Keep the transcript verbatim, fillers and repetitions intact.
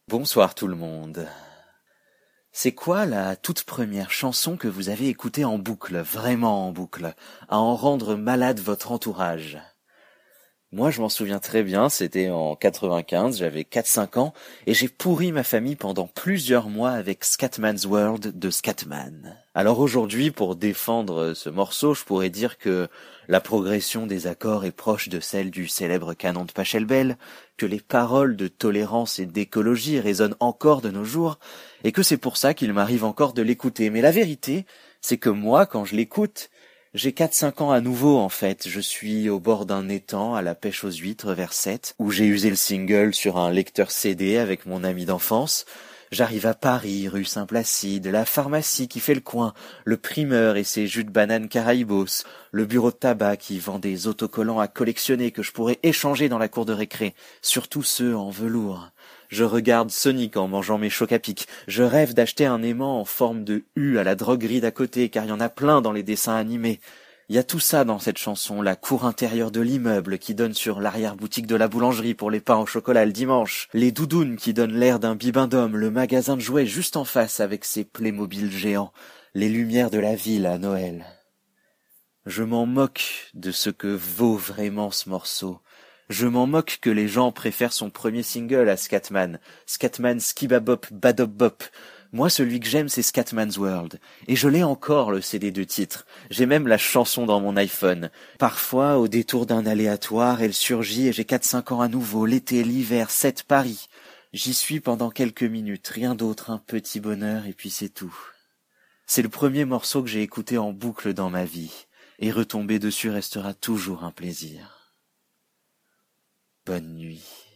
Bonsoir tout le monde. C'est quoi la toute première chanson que vous avez écoutée en boucle, vraiment en boucle, à en rendre malade votre entourage? Moi je m'en souviens très bien, c'était en quatre-vingt-quinze, j'avais quatre cinq ans, et j'ai pourri ma famille pendant plusieurs mois avec Scatman's World de Scatman. Alors aujourd'hui, pour défendre ce morceau, je pourrais dire que la progression des accords est proche de celle du célèbre canon de Pachelbel, que les paroles de tolérance et d'écologie résonnent encore de nos jours, et que c'est pour ça qu'il m'arrive encore de l'écouter. Mais la vérité, c'est que moi, quand je l'écoute, j'ai quatre cinq ans à nouveau en fait, je suis au bord d'un étang à la pêche aux huîtres vers Sète, où j'ai usé le single sur un lecteur C D avec mon ami d'enfance. J'arrive à Paris, rue Saint-Placide, la pharmacie qui fait le coin, le primeur et ses jus de banane Caraïbos, le bureau de tabac qui vend des autocollants à collectionner que je pourrais échanger dans la cour de récré, surtout ceux en velours. Je regarde Sonic en mangeant mes chocs à pic. Je rêve d'acheter un aimant en forme de U à la droguerie d'à côté, car il y en a plein dans les dessins animés. Il y a tout ça dans cette chanson, la cour intérieure de l'immeuble qui donne sur l'arrière-boutique de la boulangerie pour les pains au chocolat le dimanche, les doudounes qui donnent l'air d'un bibendum, le magasin de jouets juste en face avec ses Playmobil géants, les lumières de la ville à Noël. Je m'en moque de ce que vaut vraiment ce morceau. Je m'en moque que les gens préfèrent son premier single à Scatman, Scatman Skibabop Badop Bop. Moi, celui que j'aime, c'est Scatman's World. Et je l'ai encore, le C D de titre. J'ai même la chanson dans mon iPhone. Parfois, au détour d'un aléatoire, elle surgit et j'ai quatre cinq ans à nouveau, l'été, l'hiver, Sète, Paris. J'y suis pendant quelques minutes, rien d'autre, un petit bonheur et puis c'est tout. C'est le premier morceau que j'ai écouté en boucle dans ma vie. Et retomber dessus restera toujours un plaisir. Bonne nuit.